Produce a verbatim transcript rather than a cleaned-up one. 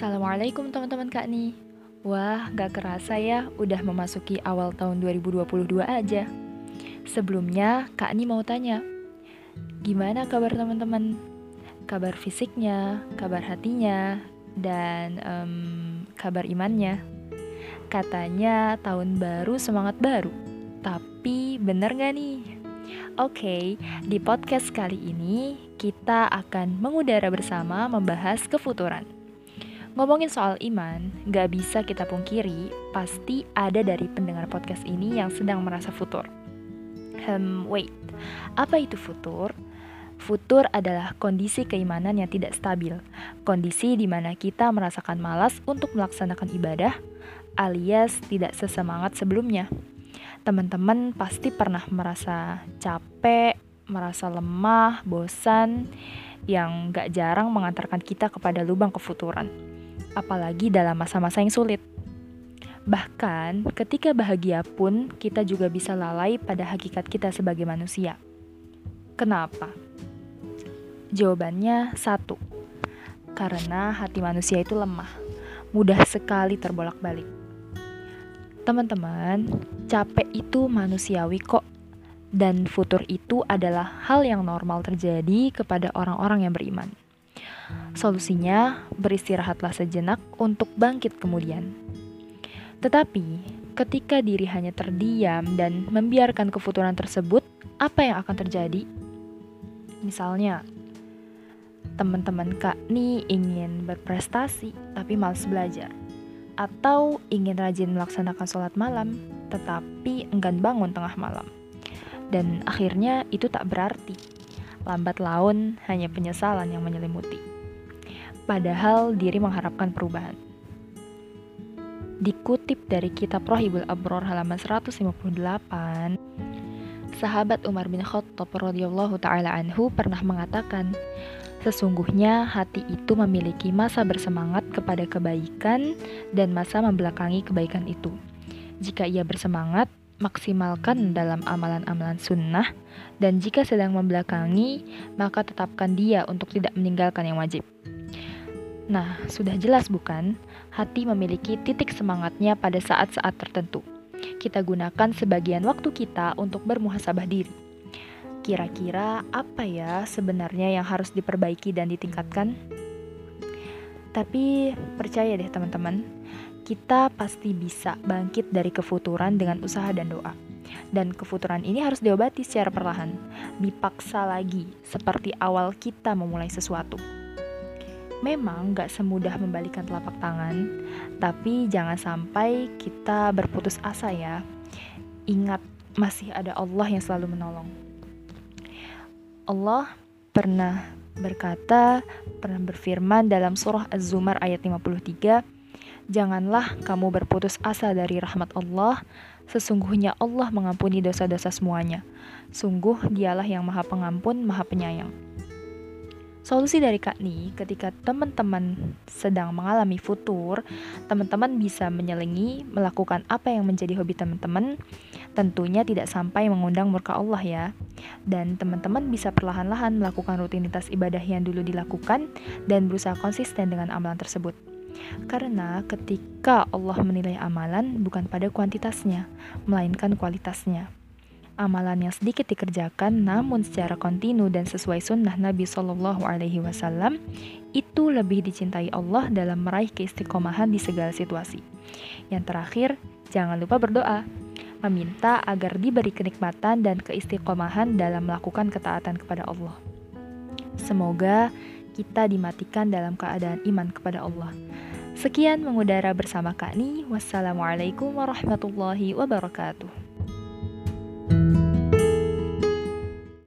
Assalamualaikum teman-teman Kak Ni. Wah, gak kerasa ya udah memasuki awal tahun dua ribu dua puluh dua aja. Sebelumnya, Kak Ni mau tanya, gimana kabar teman-teman? Kabar fisiknya, kabar hatinya, dan em, kabar imannya. Katanya tahun baru semangat baru. Tapi bener gak nih? Oke, di podcast kali ini kita akan mengudara bersama membahas kefuturan. Ngomongin soal iman, gak bisa kita pungkiri, pasti ada dari pendengar podcast ini yang sedang merasa futur. Hmm, wait, apa itu futur? Futur adalah kondisi keimanan yang tidak stabil, kondisi di mana kita merasakan malas untuk melaksanakan ibadah, alias tidak sesemangat sebelumnya. Teman-teman pasti pernah merasa capek, merasa lemah, bosan, yang gak jarang mengantarkan kita kepada lubang kefuturan. Apalagi dalam masa-masa yang sulit. Bahkan ketika bahagia pun kita juga bisa lalai pada hakikat kita sebagai manusia. Kenapa? Jawabannya satu. Karena hati manusia itu lemah, mudah sekali terbolak-balik. Teman-teman, capek itu manusiawi kok. Dan futur itu adalah hal yang normal terjadi kepada orang-orang yang beriman. Solusinya, beristirahatlah sejenak untuk bangkit kemudian. Tetapi, ketika diri hanya terdiam dan membiarkan kefuturan tersebut, apa yang akan terjadi? Misalnya, teman-teman Kak Ni ingin berprestasi tapi malas belajar. Atau ingin rajin melaksanakan sholat malam, tetapi enggan bangun tengah malam. Dan akhirnya itu tak berarti. Lambat laun hanya penyesalan yang menyelimuti. Padahal diri mengharapkan perubahan. Dikutip dari kitab Rohibul Abror halaman seratus lima puluh delapan, sahabat Umar bin Khattab radhiyallahu taala anhu pernah mengatakan, sesungguhnya hati itu memiliki masa bersemangat kepada kebaikan dan masa membelakangi kebaikan itu. Jika ia bersemangat, maksimalkan dalam amalan-amalan sunnah, dan jika sedang membelakangi, maka tetapkan dia untuk tidak meninggalkan yang wajib. Nah, sudah jelas bukan? Hati memiliki titik semangatnya pada saat-saat tertentu. Kita gunakan sebagian waktu kita untuk bermuhasabah diri. Kira-kira apa ya sebenarnya yang harus diperbaiki dan ditingkatkan? Tapi percaya deh teman-teman, kita pasti bisa bangkit dari kefuturan dengan usaha dan doa. Dan kefuturan ini harus diobati secara perlahan, dipaksa lagi seperti awal kita memulai sesuatu. Memang gak semudah membalikan telapak tangan, tapi jangan sampai kita berputus asa ya. Ingat, masih ada Allah yang selalu menolong. Allah pernah berkata, pernah berfirman dalam surah Az-Zumar ayat lima puluh tiga, janganlah kamu berputus asa dari rahmat Allah, sesungguhnya Allah mengampuni dosa-dosa semuanya. Sungguh dialah yang maha pengampun, maha penyayang. Solusi dari Kak Ni, ketika teman-teman sedang mengalami futur, teman-teman bisa menyelingi, melakukan apa yang menjadi hobi teman-teman, tentunya tidak sampai mengundang murka Allah ya. Dan teman-teman bisa perlahan-lahan melakukan rutinitas ibadah yang dulu dilakukan, dan berusaha konsisten dengan amalan tersebut. Karena ketika Allah menilai amalan bukan pada kuantitasnya, melainkan kualitasnya. Amalan yang sedikit dikerjakan namun secara kontinu dan sesuai sunnah Nabi shallallahu alaihi wasallam itu lebih dicintai Allah dalam meraih keistiqomahan di segala situasi. Yang terakhir, jangan lupa berdoa, meminta agar diberi kenikmatan dan keistiqomahan dalam melakukan ketaatan kepada Allah. Semoga kita dimatikan dalam keadaan iman kepada Allah. Sekian mengudara bersama Kak Ni. Wassalamualaikum warahmatullahi wabarakatuh.